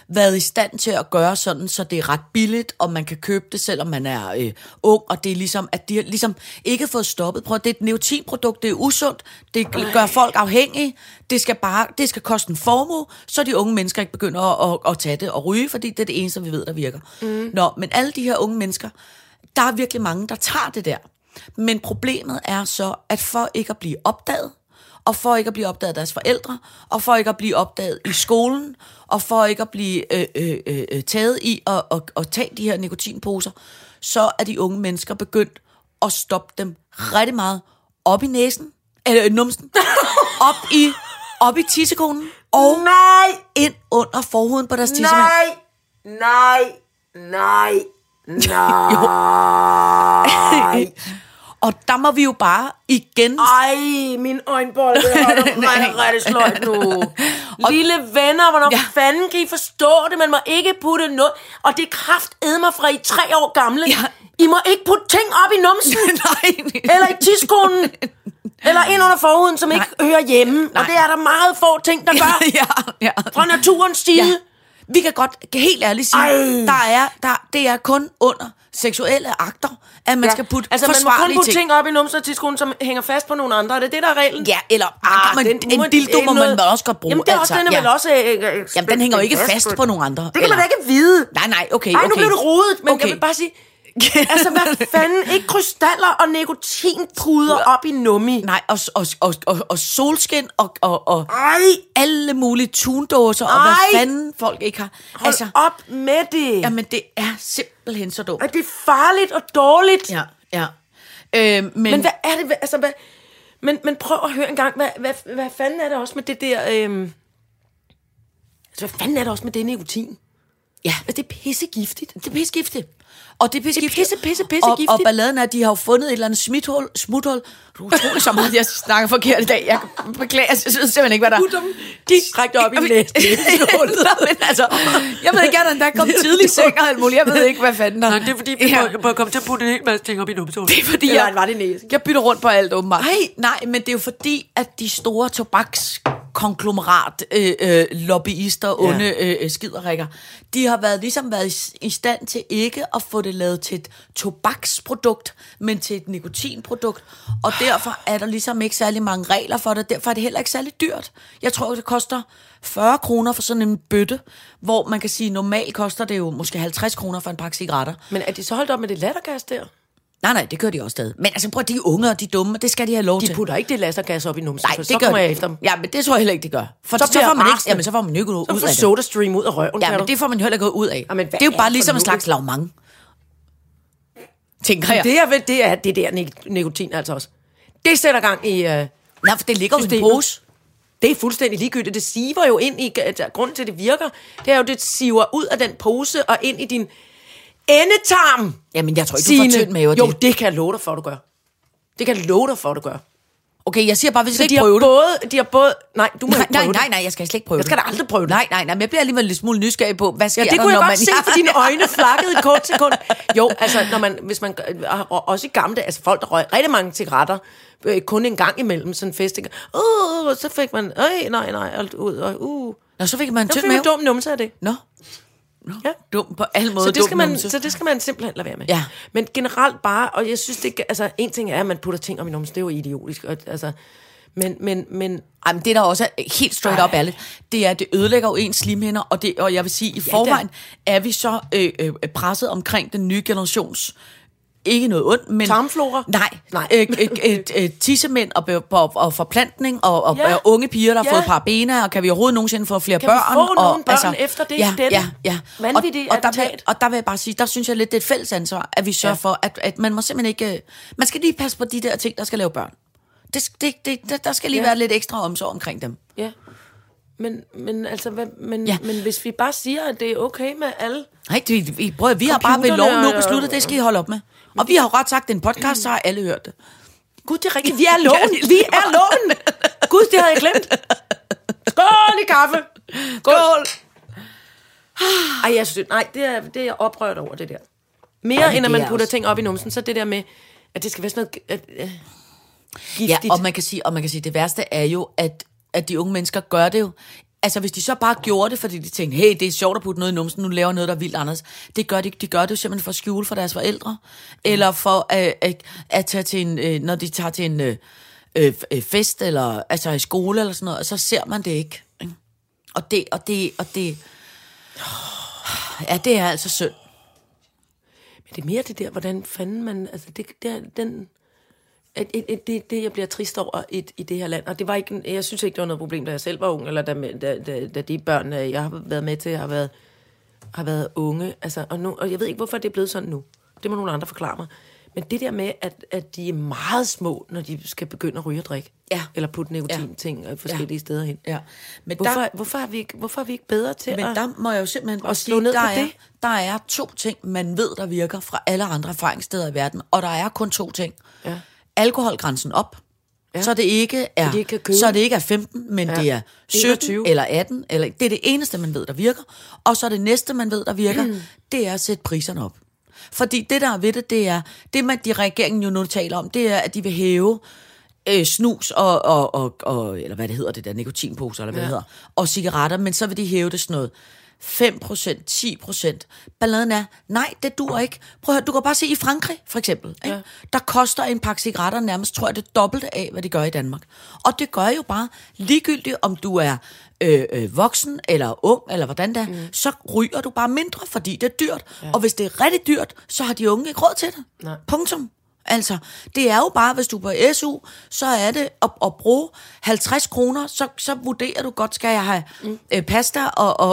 været i stand til at gøre sådan, så det er ret billigt, og man kan købe det, selvom man er ung, og det er ligesom, at de har ligesom ikke fået stoppet. Prøv, det er et nikotinprodukt, det er usundt, det gør folk afhængige, det skal koste en formue, så de unge mennesker ikke begynder at tage det og ryge, fordi det er det eneste, vi ved, der virker. Nå, men alle de her unge mennesker, der er virkelig mange, der tager det der. Men problemet er så, at for ikke at blive opdaget, og for ikke at blive opdaget af deres forældre, og for ikke at blive opdaget i skolen, og for ikke at blive taget i at tage de her nikotinposer, så er de unge mennesker begyndt at stoppe dem rigtig meget op i næsen, eller numsen, op i tissekonen, og ind under forhuden på deres tissemand. Nej. Og der må vi jo bare igen... Ej, min øjenbold, det holder mig rigtig sløjt nu. Lille venner, hvornår fanden kan I forstå det? Man må ikke putte noget... Og det er kraftedme fra I 3 år gamle. Ja. I må ikke putte ting op i numsen. Nej. Eller i tidskonen. Eller ind under forhuden, som ikke hører hjemme. Nej. Og det er der meget få ting, der gør. Fra naturens side. Ja. Vi kan godt helt ærligt sige, det er kun under seksuelle akter, at man skal putte altså man må kun putte ting op i numsen og tidskolen, som hænger fast på nogle andre. Er det det, der er reglen? Ja, eller en dildo må man også godt bruge. Jamen det er også, den er vel også... Jamen den hænger jo ikke fast på nogle andre. Det kan man da ikke vide. Nej, okay. Nej, nu bliver det rodet, men jeg vil bare sige... altså, hvad fanden? Ikke krystaller og nikotinpuder op i nummi. Nej, og solskin og alle mulige tundåser, og hvad fanden folk ikke har. Hold op med det. Jamen, det er simpelthen så dumt. Og det er farligt og dårligt. Ja. Men hvad er det? Altså, men prøv at høre en gang, hvad fanden er det også med det der... altså, hvad fanden er det også med det nikotin? Ja. Altså, det er pissegiftigt. Det er pissegiftigt. Og det er pissegiftigt. Og balladen er, at de har jo fundet et eller andet smuthul. Du er utrolig så meget, jeg snakker forkert i dag. Jeg beklager, jeg synes simpelthen ikke, hvad der er. De rækker op i næsten. Altså, jeg ved ikke, at der er kommet tidlig i seng og alt muligt. Jeg ved ikke, hvad fanden der. Nej, det er fordi, vi må komme til at putte en hel masse ting op i numsetålen. Det er fordi, jeg bytter rundt på alt, åbenbart. Nej, men det er jo fordi, at de store tobakskonglomerat lobbyister, onde skiderikker, de har været i stand til ikke at få det lavet til et tobaksprodukt, men til et nikotinprodukt, og derfor er der ligesom ikke særlig mange regler for det, derfor er det heller ikke særlig dyrt. Jeg tror, det koster 40 kroner for sådan en bøtte, hvor man kan sige, normalt koster det jo måske 50 kroner for en pakke cigaretter. Men er de så holdt op med det lattergas der? Nej, det gør de også stadig. Men altså, prøv, de unge og de dumme, det skal de have lov til. De putter ikke det lattergas op i numsen, nej, for så kommer jeg efter dem. Ja, men det tror jeg heller ikke, det gør. For så får man ikke ud af det. Så får SodaStream ud af røven. Ja, men det får man jo heller ikke ud af. Jamen, det er jo bare ligesom en slags lavmang. Tænker jeg. Det er det der nikotin altså også. Det sætter gang i... Nej, for det ligger jo i en pose. Det er fuldstændig ligegyldigt. Det siver jo ind i... Grunden til, at det virker, det er jo, det siver ud af den pose og ind i din endetarm. Jamen, jeg tror ikke, du får tynd mave. Jo, det kan jeg love dig for, at du gør. Det kan jeg love dig for, at du gør. Okay, jeg siger bare, hvis jeg ikke prøver det. De har både... Nej, du må ikke prøve det. Nej, jeg skal slet ikke prøve det. Jeg skal da aldrig prøve det. Nej, men jeg bliver alligevel lidt smule nysgerrig på, hvad sker der, når man... Ja, det kunne jeg godt se, for dine øjne flakkede i kort sekund. Jo, altså, hvis man... Også i gamle dage, altså folk, der røg rigtig mange cigaretter, kun en gang imellem sådan en fest. Så fik man... Nej, alt ud. Nå, så fik man tynd mave. Så fik man dum numse af det. Nå. Ja. Dum på alle måder. Så det skal man simpelthen lade være med. Ja. Men generelt bare, og jeg synes, det, altså, en ting er, at man putter ting om i numsen, det er jo idiotisk. Altså, men det der også er helt straight up ærligt, det er, at det ødelægger jo ens slimhinder, og jeg vil sige, i forvejen er vi så presset omkring den nye generations, ikke noget ondt, men... Tarmflora? Nej. Tissemænd og forplantning, og unge piger, der har fået parabener, og kan vi overhovedet nogensinde få flere børn? Kan vi få nogle børn efter det? Ja. Vanvittigt og der vil jeg bare sige, der synes jeg lidt, det er et fælles ansvar, at vi sørger for, at man må simpelthen ikke... Man skal lige passe på de der ting, der skal lave børn. Der skal lige være lidt ekstra omsorg omkring dem. Ja. Men hvis vi bare siger, at det er okay med alle... Nej, vi har bare ved lov nu besluttet, det skal I holde op med. Og vi har jo ret sagt, det er en podcast, så har alle hørt det. Gud, det er rigtigt. Vi er loven. Vi er loven. Gud, det havde jeg glemt. Skål i kaffe. Skål. Ej, jeg synes, det er jeg oprørt over, det der. Mere end at man putter ting op i numsen, så det der med, at det skal være sådan noget giftigt. Ja, og man kan sige, det værste er jo, at de unge mennesker gør det jo Altså, hvis de så bare gjorde det, fordi de tænkte, hey, det er sjovt at putte noget i numsen, nu laver noget, der er vildt anderledes. Det gør de ikke. De gør det jo simpelthen for at skjule for deres forældre. Eller for at tage til en, når de tager til en fest, eller altså i skole, eller sådan noget, og så ser man det ikke. Og det... Ja, det er altså synd. Men det er mere det der, hvordan fanden man... Altså, det, jeg bliver trist over i det her land, og det var ikke, jeg synes ikke, det var noget problem, da jeg selv var ung, eller da de børn, jeg har været med til, har været unge. Altså, og jeg ved ikke, hvorfor det er blevet sådan nu. Det må nogle andre forklare mig. Men det der med, at de er meget små, når de skal begynde at ryge og drikke. Ja. Eller putte nikotin-ting forskellige steder hen. Ja. Men hvorfor er vi ikke bedre til men at... der må jeg jo simpelthen bare slå ned på det. Der er 2 ting, man ved, der virker fra alle andre erfaringssteder i verden. Og der er kun 2 ting. Ja. Alkoholgrænsen op. Ja. Så det ikke er 15, men det er 17 21. Eller 18. Eller, det er det eneste, man ved, der virker. Og så det næste, man ved, der virker, det er at sætte priserne op. Fordi det, der er ved det, det er, det man de regeringen jo nu taler om, det er, at de vil hæve snus og eller hvad det hedder, det der nikotinposer, eller hvad det hedder, og cigaretter, men så vil de hæve det sådan noget 5%, 10%. Balladen er, nej, det duer ikke. Prøv at høre, du kan bare se i Frankrig, for eksempel. Ja. Der koster en pakke cigaretter nærmest, tror jeg, det dobbelte af, hvad de gør i Danmark. Og det gør jo bare, ligegyldigt om du er voksen eller ung, eller hvordan det er, så ryger du bare mindre, fordi det er dyrt. Ja. Og hvis det er rigtig dyrt, så har de unge ikke råd til det. Nej. Punktum. Altså, det er jo bare, hvis du er på SU, så er det at bruge 50 kroner, så vurderer du godt, skal jeg have pasta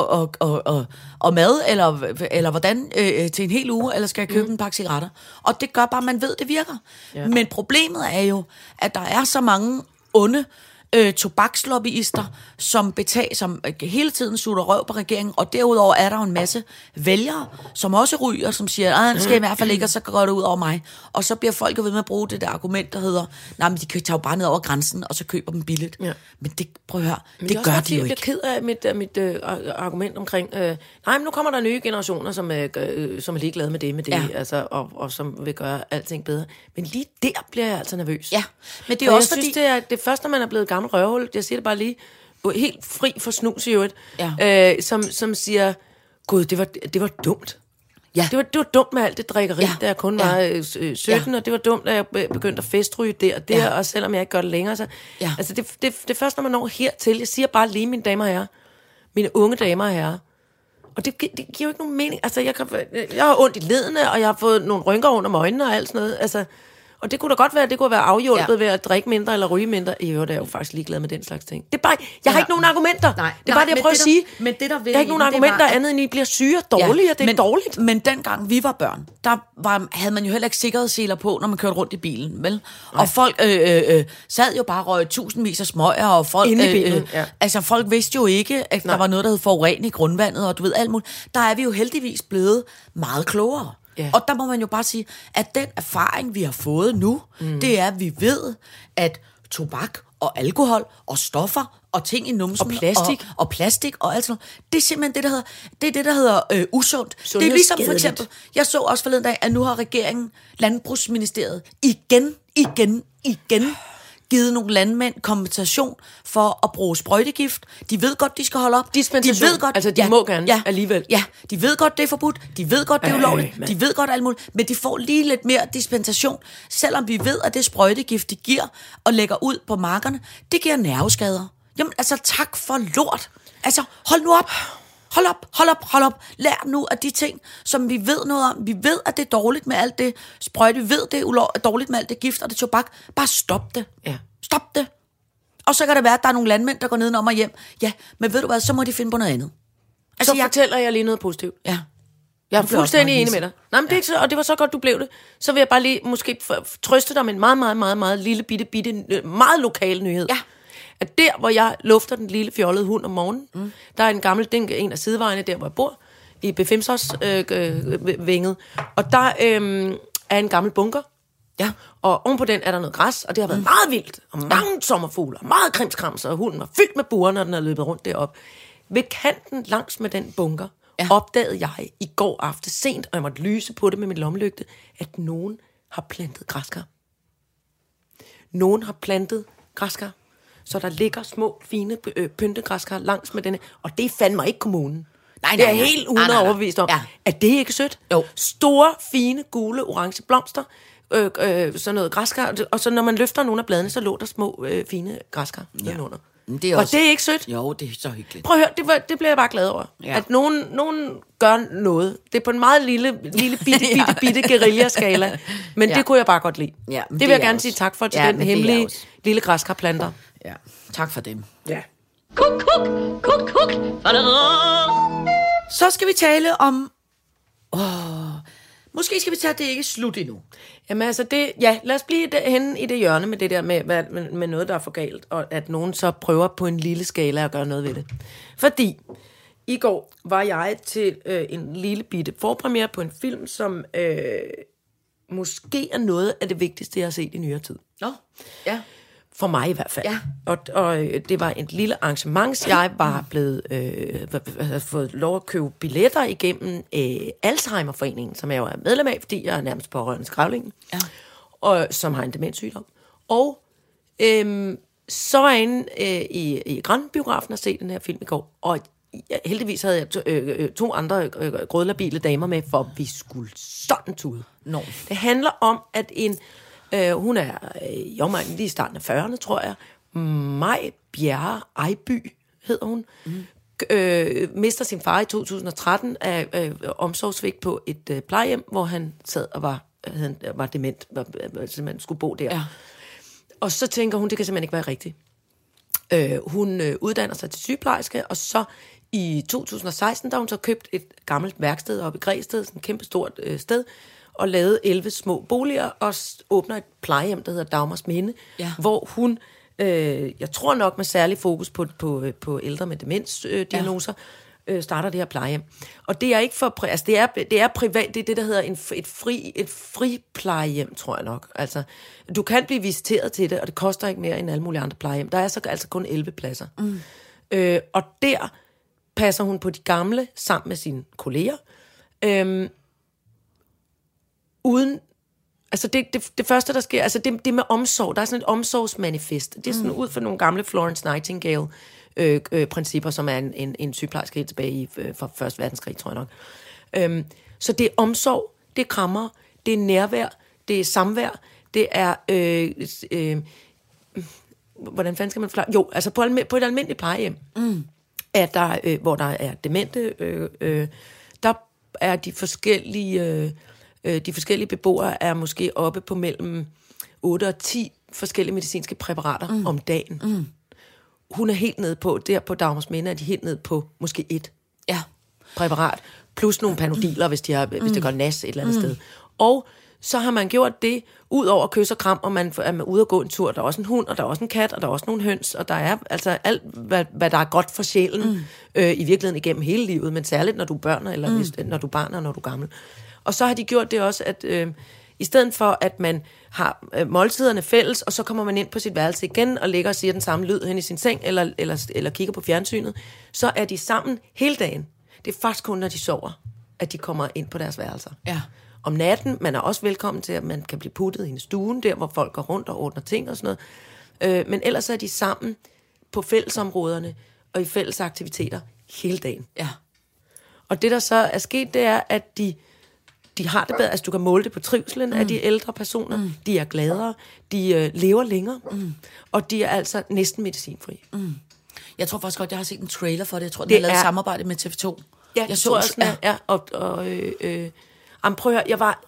og mad, eller hvordan, til en hel uge, eller skal jeg købe en pakke cigaretter. Og det gør bare, at man ved, det virker. Ja. Men problemet er jo, at der er så mange onde tobakslobbyister, som hele tiden sutter røv på regeringen, og derudover er der jo en masse vælgere, som også ryger, som siger, det skal i hvert fald ikke, og så går det ud over mig. Og så bliver folk jo ved med at bruge det der argument, der hedder, nej, men de tager jo bare ned over grænsen, og så køber dem billigt. Ja. Men det, prøv at høre, det gør de jo ikke. Jeg er ked af mit argument omkring, nej, men nu kommer der nye generationer, som er ligeglade med det, ja. Altså, og som vil gøre alting bedre. Men lige der bliver jeg altså nervøs. Ja, men det er også fordi... Jeg synes, det er først, når man er blevet gammel røvhul, jeg siger det bare lige, helt fri for snus i øvrigt, som siger, gud, det var dumt. Ja. Det var dumt med alt det drikkeri, da jeg kun var 17, og det var dumt, da jeg begyndte at festryge der, og selvom jeg ikke gør det længere. Så, altså det er først, når man når hertil, jeg siger bare lige, mine damer og herrer, mine unge damer og herrer, og det giver jo ikke nogen mening. Altså, jeg har ondt i ledene, og jeg har fået nogle rynker under øjnene og alt sådan noget, altså... Og det kunne da godt være, at det kunne være afhjulpet ved at drikke mindre eller ryge mindre. Jo, det er jo faktisk ligeglad med den slags ting. Det er bare, jeg har ikke nogen argumenter. Nej, det er bare det, jeg prøver at sige. Men det, jeg har ikke nogen argumenter andet, end I bliver syge og dårlige, og det er dårligt. Men dengang vi var børn, havde man jo heller ikke sikkerhedsseler på, når man kørte rundt i bilen, vel? Nej. Og folk sad jo bare og røg tusindvis af smøger, og folk... Inde i bilen, altså, folk vidste jo ikke, at der var noget, der hed forurening i grundvandet, og du ved alt muligt. Der er vi jo heldigvis blevet meget klogere. Yeah. Og der må man jo bare sige, at den erfaring, vi har fået nu, det er, at vi ved, at tobak og alkohol og stoffer og ting i numsen og plastik og alt sådan noget, det er simpelthen det, der hedder usundt. Det er ligesom for eksempel, jeg så også forleden dag, at nu har regeringen, Landbrugsministeriet, igen givet nogle landmænd kompensation for at bruge sprøjtegift. De ved godt, de skal holde op. Dispensation. De ved godt, altså de må gerne alligevel. Ja, de ved godt, det er forbudt. De ved godt, det er ulovligt. De ved godt alt muligt. Men de får lige lidt mere dispensation, selvom vi ved, at det sprøjtegift, de giver og lægger ud på markerne, det giver nerveskader. Jamen altså, tak for lort. Altså, hold nu op. Hold op. Lær nu af de ting, som vi ved noget om. Vi ved, at det er dårligt med alt det sprøjte. Vi ved, det er dårligt med alt det gift og det tobak. Bare stop det. Ja. Stop det. Og så kan det være, at der er nogle landmænd, der går nedenom og hjem. Ja, men ved du hvad, så må de finde på noget andet. Altså, så fortæller jeg lige noget positivt. Ja. Jeg er fuldstændig enig med dig. Nej, men det er ikke så, og det var så godt, du blev det. Så vil jeg bare lige måske trøste dig med en meget lille bitte, meget lokal nyhed. Ja. At der, hvor jeg lufter den lille fjollede hund om morgenen, der er en gammel, det er en af sidevejene, der hvor jeg bor, i B5-vænget, og der er en gammel bunker, og ovenpå den er der noget græs, og det har været meget vildt, og mange sommerfugle, og meget krimskrams, og hunden var fyldt med buer, når den er løbet rundt derop. Ved kanten langs med den bunker, opdagede jeg i går aftes sent, og jeg måtte lyse på det med min lommelygte, at nogen har plantet græskar. Nogen har plantet græskar. så der ligger små, fine pyntegræskar langs med denne, og det er fandme ikke kommunen. Nej, det er helt 100 overbevist om. Ja. Er det ikke sødt? Jo. Store, fine, gule, orange blomster, sådan noget græskar, og så når man løfter nogle af bladene, så lå der små, fine græskar nedenunder. Det er også... Og det er ikke sødt? Jo, det er så hyggeligt. Prøv at høre, det bliver jeg bare glad over. Ja. At nogen gør noget. Det er på en meget lille bitte guerilla-skala. Men det kunne jeg bare godt lide. Ja, det vil jeg gerne sige tak for til den hemmelige lille græskarplanter. Ja, tak for dem. Ja. Kuk. Så skal vi tale om... Måske skal vi tage, at det ikke er slut endnu. Jamen altså, lad os blive henne i det hjørne med det der med noget, der er for galt, og at nogen så prøver på en lille skala at gøre noget ved det. Fordi i går var jeg til en lille bitte forpremiere på en film, som måske er noget af det vigtigste, jeg har set i nyere tid. Nå, ja. For mig i hvert fald. Ja. Og det var et lille arrangement. Jeg var blevet havde fået lov at købe billetter igennem Alzheimerforeningen, som jeg jo er medlem af, fordi jeg er nærmest pårørende til grævlingen, og som har en demenssygdom. Og så var jeg inde i Grønbiografen og set den her film i går, og heldigvis havde jeg to andre grødlabile damer med, for vi skulle sådan tude. No. Det handler om, at hun er lige i starten af 40'erne, tror jeg. Maj Bjerre Ejby hedder hun. Mister sin far i 2013 af omsorgsvigt på et plejehjem, hvor han sad og var dement, simpelthen skulle bo der. Ja. Og så tænker hun, det kan simpelthen ikke være rigtigt. Hun uddanner sig til sygeplejerske, og så i 2016, da hun så købt et gammelt værksted oppe i Græsted, sådan et kæmpestort sted, og lavede 11 små boliger, og åbner et plejehjem, der hedder Dagmars Minde, hvor hun, jeg tror nok med særlig fokus på ældre med demensdiagnoser, starter det her plejehjem. Og det er ikke for, altså det er privat, det er det, der hedder et fri plejehjem, tror jeg nok. Altså, du kan blive visiteret til det, og det koster ikke mere end alle mulige andre plejehjem. Der er så altså kun 11 pladser. Og der passer hun på de gamle, sammen med sine kolleger, uden, altså det første, der sker, altså det med omsorg, der er sådan et omsorgsmanifest. Det er sådan ud fra nogle gamle Florence Nightingale principper, som er en sygeplejerske helt tilbage fra 1. verdenskrig, tror jeg nok. Så det er omsorg, det er krammer, det er nærvær, det er samvær, det er hvordan fanden skal man forklare? Jo, altså på et almindeligt plejehjem, at der, hvor der er demente, der er de forskellige beboere er måske oppe på mellem 8 og 10 forskellige medicinske præparater om dagen. Hun er helt nede på, der på Dagmars Minde er de helt nede på måske 1 præparat, plus nogle panodiler, hvis det går nas et eller andet sted. Og så har man gjort det, ud over kys og kram, og man er ude og gå en tur. Der er også en hund, og der er også en kat, og der er også nogle høns, og der er altså alt, hvad der er godt for sjælen, i virkeligheden igennem hele livet, men særligt når du er børn, eller når du er barn, og når du er gammel. Og så har de gjort det også, at i stedet for, at man har måltiderne fælles, og så kommer man ind på sit værelse igen, og ligger og siger den samme lyd hen i sin seng, eller kigger på fjernsynet, så er de sammen hele dagen. Det er faktisk kun, når de sover, at de kommer ind på deres værelser. Ja. Om natten, man er også velkommen til, at man kan blive puttet i en stue, der hvor folk går rundt og ordner ting og sådan noget. Men ellers er de sammen på fællesområderne og i fælles aktiviteter hele dagen. Ja. Og det, der så er sket, det er, at de har det bedre. Altså, du kan måle det på trivselen af de ældre personer. De er gladere. De lever længere. Og de er altså næsten medicinfri. Jeg tror faktisk godt, jeg har set en trailer for det. Jeg tror, den har lavet samarbejde med TV2. Ja, jeg tror også, prøv at høre, jeg var...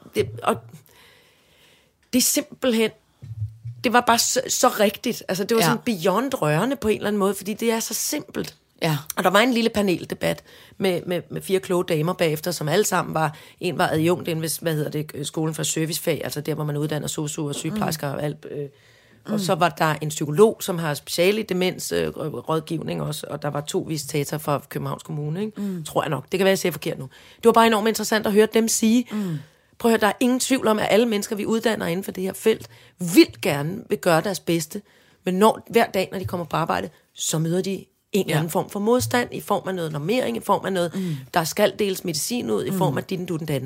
det er simpelthen... Det var bare så rigtigt. Altså, det var sådan beyond rørende på en eller anden måde, fordi det er så simpelt. Ja. Og der var en lille paneldebat med 4 kloge damer bagefter, som alle sammen var adjunkt inden ved, skolen for servicefag, altså der, hvor man uddanner sosu og sygeplejersker og alt. Og så var der en psykolog, som har speciale i demensrådgivning også, og der var 2 visitator fra Københavns Kommune, ikke? Tror jeg nok. Det kan være, jeg siger forkert nu. Det var bare enormt interessant at høre dem sige, prøv at høre, der er ingen tvivl om, at alle mennesker, vi uddanner inden for det her felt, vildt gerne vil gøre deres bedste, men hver dag, når de kommer på arbejde, så møder de en eller anden form for modstand, i form af noget normering, i form af noget, der skal deles medicin ud, i form af din datten.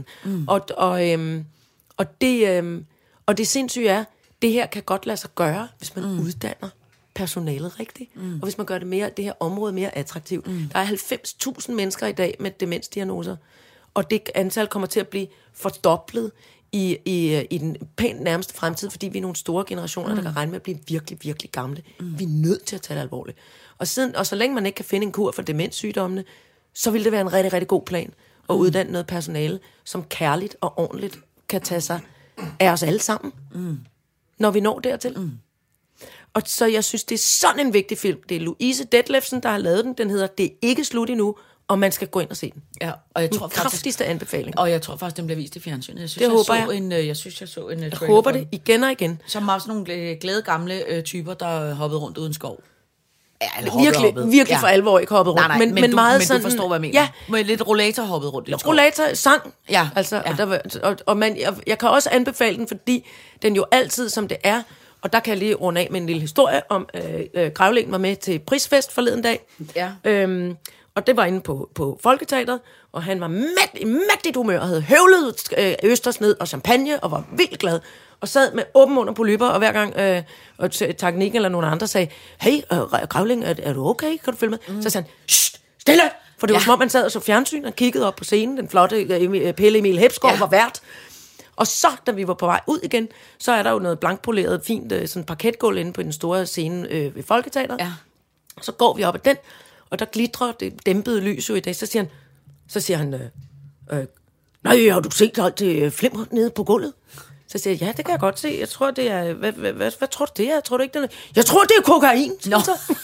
Og det sindssyge er, det her kan godt lade sig gøre, hvis man uddanner personalet rigtigt, og hvis man gør det her område mere attraktivt. Der er 90.000 mennesker i dag med demensdiagnoser, og det antal kommer til at blive fordoblet i den pænt nærmeste fremtid, fordi vi er nogle store generationer, der kan regne med at blive virkelig, virkelig gamle. Vi er nødt til at tage det alvorligt. Og så længe man ikke kan finde en kur for demenssygdommene, så vil det være en rigtig, rigtig god plan at uddanne noget personale, som kærligt og ordentligt kan tage sig af os alle sammen, når vi når dertil. Og så jeg synes, det er sådan en vigtig film. Det er Louise Detlefsen, der har lavet den. Den hedder Det er ikke slut endnu, og man skal gå ind og se den. Ja, og jeg tror kraftigste anbefaling. Og jeg tror faktisk, den bliver vist i fjernsynet. Jeg synes, det håber jeg. Jeg så en jeg håber det igen og igen. Som også nogle glade gamle typer, der hoppede rundt uden skov. Ja, virkelig for alvor ikke hoppet rundt. Nej, men meget du sådan, forstår, hvad jeg mener. Ja. Med lidt rollator hoppet rundt i skov. Rollator sang. Ja. Altså, ja. Jeg kan også anbefale den, fordi den jo altid, som det er, og der kan jeg lige runde af med en lille historie om, Gravling var med til prisfest forleden dag. Ja. Og det var inde på Folketeatret, og han var mægtigt humør, og havde høvlet østers ned og champagne, og var vildt glad. Og sad med åben mund og polypper, og hver gang teknikken eller nogen andre sagde, hey, Gravling, er du okay? Kan du følge med? Så sagde han, stille! For det var som om, man sad og så fjernsyn og kiggede op på scenen. Den flotte Pelle Emil Hepsgaard var vært. Og så, da vi var på vej ud igen, så er der jo noget blankpoleret, fint sådan parketgulv inde på den store scene ved Folketeatret. Ja. Så går vi op ad den, og der glitrer det dæmpede lys jo i dag. Så siger han, nej, har du set alt det flimmer nede på gulvet? Så siger jeg, ja, det kan jeg godt se. Jeg tror, det er... Hvad tror du, det er? Tror du ikke, det er... Jeg tror, det er kokain. Nå.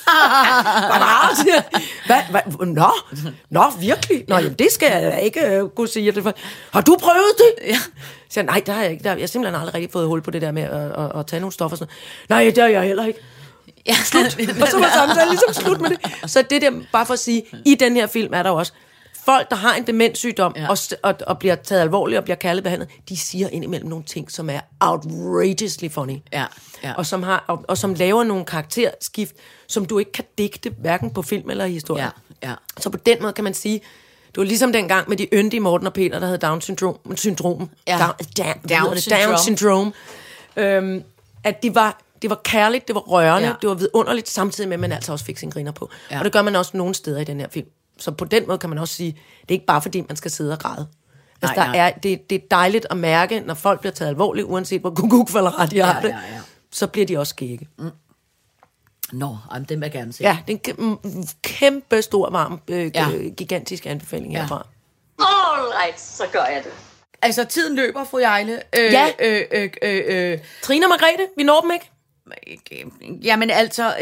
Nå, virkelig? Nå, jamen, det skal jeg ikke kunne sige. Har du prøvet det? Ja. Så jeg, nej, det har jeg ikke. Jeg har simpelthen aldrig rigtig fået hul på det der med at tage nogle stoffer. Sådan. Nej, det har jeg heller ikke. Ja. Slut. Og så var samtalen ligesom slut med det. Så det der, bare for at sige, i den her film er der også folk, der har en demenssygdom, og bliver taget alvorligt og bliver kærligt behandlet, de siger indimellem nogle ting, som er outrageously funny. Ja. Og som laver nogle karakterskift, som du ikke kan digte, hverken på film eller i historie. Ja. Så på den måde kan man sige, det var ligesom dengang med de yndige Morten og Peter, der havde Down-syndrom. Ja. Down-syndrom. At det var kærligt, det var rørende, det var vidunderligt, samtidig med, at man altså også fik sin griner på. Ja. Og det gør man også nogle steder i den her film. Så på den måde kan man også sige, det er ikke bare fordi, man skal sidde og græde. Altså, det er dejligt at mærke, når folk bliver taget alvorligt, uanset hvor guguk falder ret i det, så bliver de også skægge. Nå, den vil jeg gerne se. Ja, det er en kæmpe stor, varm, gigantisk anbefaling herfra. Alright, så gør jeg det. Altså, tiden løber, fru Jejle. Trine og Margrethe, vi når dem ikke? Jamen altså...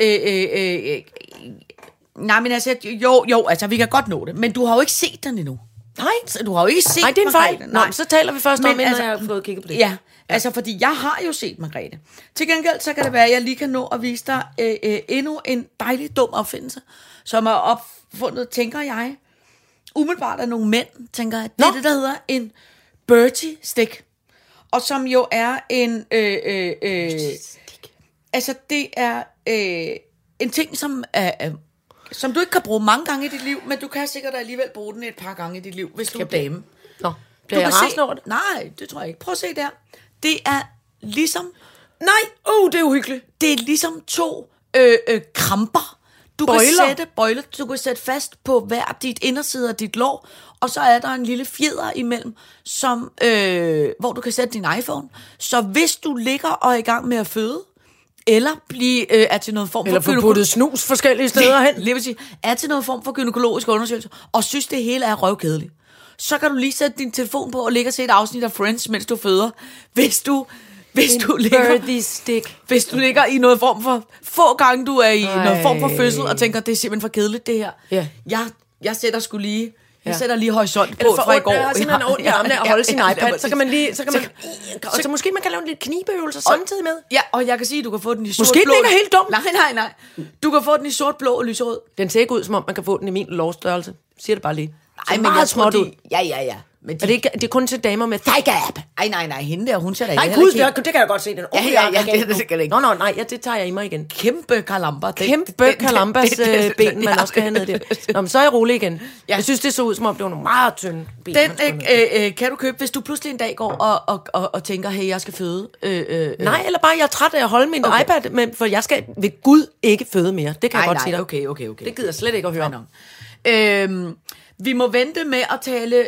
Nej, men altså, jo, altså, vi kan godt nå det. Men du har jo ikke set den endnu. Nej. Du har jo ikke set det er en fejl. Nej, så taler vi først om, inden jeg har fået kigget på det. Ja, altså, fordi jeg har jo set Margrethe. Til gengæld, så kan det være, at jeg lige kan nå at vise dig endnu en dejlig dum opfindelse, som er opfundet, tænker jeg, umiddelbart af nogle mænd, tænker jeg. Det er det, der hedder en Bertie stick. Og som jo er en... altså, det er en ting, som som du ikke kan bruge mange gange i dit liv, men du kan sikkert alligevel bruge den et par gange i dit liv, hvis du er dame. Nå, bliver jeg rasende over det? Nej, det tror jeg ikke. Prøv at se der. Det er ligesom... Nej, det er uhyggeligt. Det er ligesom to kramper. Du kan sætte fast på hver dit inderside af dit lår, og så er der en lille fjeder imellem, som, hvor du kan sætte din iPhone. Så hvis du ligger og er i gang med at føde, eller er til noget form for... Eller få puttet snus forskellige steder hen. Det vil sige, er til noget form for gynækologisk undersøgelse, og synes, det hele er røvkedeligt. Så kan du lige sætte din telefon på og ligge og se et afsnit af Friends, mens du føder. Hvis du ligger i noget form for... Få gange du er i noget form for fødsel, og tænker, det er simpelthen for kedeligt, det her. Yeah. Jeg sætter sgu lige... Jeg sætter lige horisont på fra i går. Jeg har simpelthen ondt i armene at holde sin iPad. Så kan man lige... Så måske man kan lave en lille knibeøvelse samtidig med. Ja, og jeg kan sige, at du kan få den i sort-blå. Måske den ikke er helt dum. Nej. Du kan få den i sort-blå og lyserød. Den ser ikke ud, som om man kan få den i min lovstørrelse. Siger det bare lige. Nej, men meget jeg tror, småt ud. Ja. Men Og det er kun til damer med thigh gap. Nej, hende der, hun ser da Nej, ikke gud, heller det kan jeg godt se. Den Ja, det kan det ikke. Nå, nej, det tager jeg i mig igen. Kæmpe kalamber. Kæmpe kalambas ben, man også skal have ned der. Nå, men så er jeg rolig igen. Ja. Jeg synes, det så ud, som om det var nogle meget tynde ben. Den kan du købe, hvis du pludselig en dag går og tænker, hey, jeg skal føde. Nej, eller bare, jeg er træt af at holde min iPad, for jeg skal ved Gud ikke føde mere. Det kan jeg godt sige dig. Okay. Det gider jeg slet ikke at høre om. Vi må vente med at tale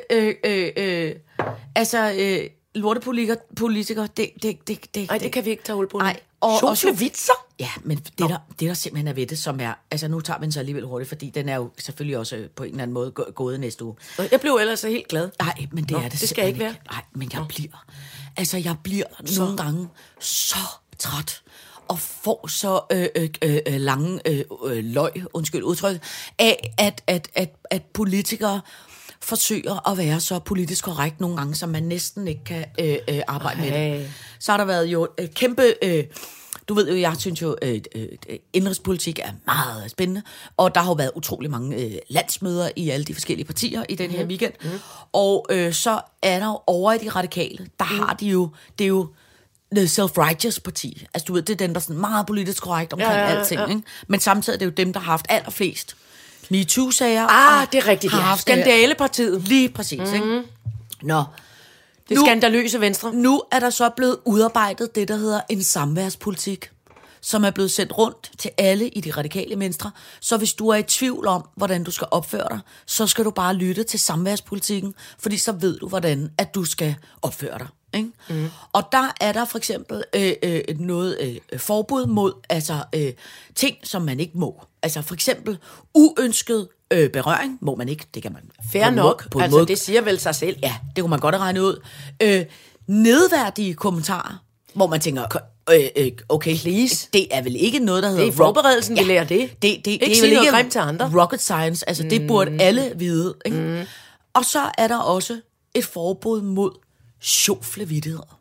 lortepolitikere. Nej, det kan vi ikke tage hul på. Nej. Og vitser? Ja, men det der simpelthen er ved det, som er... Altså, nu tager vi den så alligevel hurtigt, fordi den er jo selvfølgelig også på en eller anden måde gået næste uge. Jeg blev ellers helt glad. Nej, men det er det skal jeg ikke være. Nej, men jeg bliver nogle gange så træt og får så lange undskyld udtryk, af at politikere forsøger at være så politisk korrekt nogle gange, som man næsten ikke kan arbejde med det. Så har der været jo kæmpe... Du ved jo, jeg synes jo, indrigspolitik er meget spændende, og der har jo været utrolig mange landsmøder i alle de forskellige partier i den her weekend. Og så er der jo over i de radikale, der har de jo, det er jo the self-righteous parti. Altså du ved, det er den, der er sådan meget politisk korrekt omkring alting. Ikke? Men samtidig er det jo dem, der har haft allerflest MeToo-sager. Det er rigtigt, ja. Skandalepartiet. Lige præcis, ikke? Nå. Det skandaløse Venstre. Nu er der så blevet udarbejdet det, der hedder en samværspolitik, som er blevet sendt rundt til alle i de radikale venstre. Så hvis du er i tvivl om, hvordan du skal opføre dig, så skal du bare lytte til samværspolitikken, fordi så ved du, hvordan at du skal opføre dig. Ikke? Og der er der for eksempel noget forbud mod ting, som man ikke må. Altså for eksempel uønsket berøring må man ikke. Det kan man fair nok. På en måde. Det siger vel sig selv. Ja, det kunne man godt regne ud. Nedværdige kommentarer, hvor man tænker, okay, please. Det er vel ikke noget, der hedder... Det er forberedelsen, vi lærer det. Det ikke er vel ikke grimt til andre. Rocket science. Altså, det burde alle vide. Ikke? Og så er der også et forbud mod sjoflevittigheder.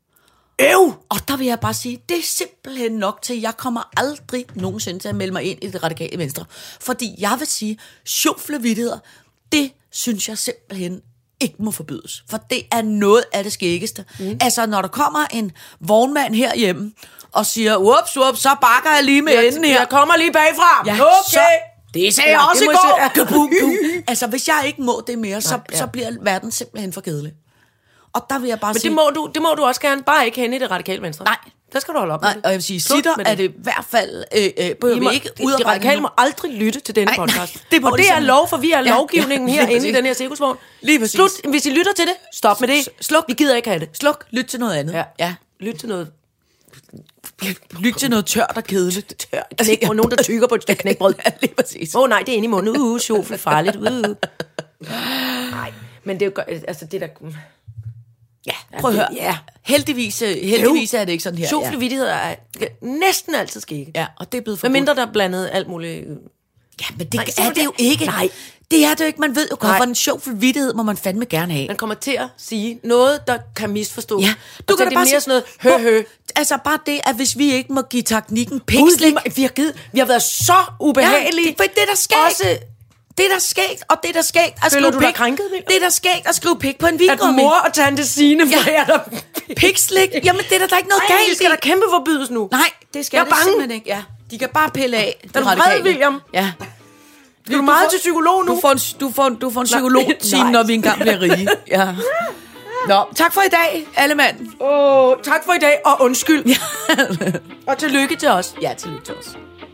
Og der vil jeg bare sige, det er simpelthen nok til, jeg kommer aldrig nogensinde til at melde mig ind i det radikale venstre. Fordi jeg vil sige, sjoflevittigheder, det synes jeg simpelthen ikke må forbydes. For det er noget af det skæggeste. Altså, når der kommer en vognmand herhjemme og siger, ups, så bakker jeg lige med enden her. Jeg kommer lige bagfra. Ja, okay. Så, det sagde jeg også i går. Altså, hvis jeg ikke må det mere, så bliver verden simpelthen for kedelig. Og der vil jeg bare sige... Men det må du også gerne, bare ikke henne i det radikale venstre. Nej. Der skal du holde op med det. Og jeg vil sige, sitter er det i hvert fald... De radikale må aldrig lytte til denne podcast. Det er lov, for vi er lovgivningen herinde i den her cirkusvogn. Lige præcis. Slut. Hvis I lytter til det, stop med det. Sluk. Vi gider ikke have det. Sluk. Lyt til noget andet. Ja. Lyt til noget... Lyt til noget tørt og kedeligt. Knæk, og nogen, der tykker på et stykke knækbrød. Ja, lige præcis. Nej, det er inde i munden. Sjofle, farligt. Nej, men det er jo... Altså, det der... Ja, prøv at høre. Ja. Heldigvis er det ikke sådan her. Sjoflevittigheder er næsten altid skægge. Ja, og det er blevet forbudt. Med mindre der er blandet alt muligt... Ja, men det er det jo ikke. Nej. Det er det jo ikke. Man ved jo godt, hvor en sjoflevittighed må man fandme gerne have. Man kommer til at sige noget, der kan misforstås. Ja, du kan da bare sige sådan noget Altså bare det, at hvis vi ikke må give teknikken pikslik. Vi har været så ubehagelige. Ja, det der sker. Også, det der skægt, og det der skægt at skrive pik. Det der skægt at skrive pik på en vingummi. At mor og tante Signe forærer dig pikslik. Jamen det er der ikke noget galt i. Det skal der kæmpe forbydes nu. Nej, det skal det simpelthen ikke. Ja, de kan bare pille af. Er du vred, William? Ja. Er du meget til psykolog nu? Du får en psykolog-time, når vi engang bliver rige. Ja. Nå, tak for i dag, alle mand. Tak for i dag, og undskyld. Og tillykke til os. Ja, tillykke til os.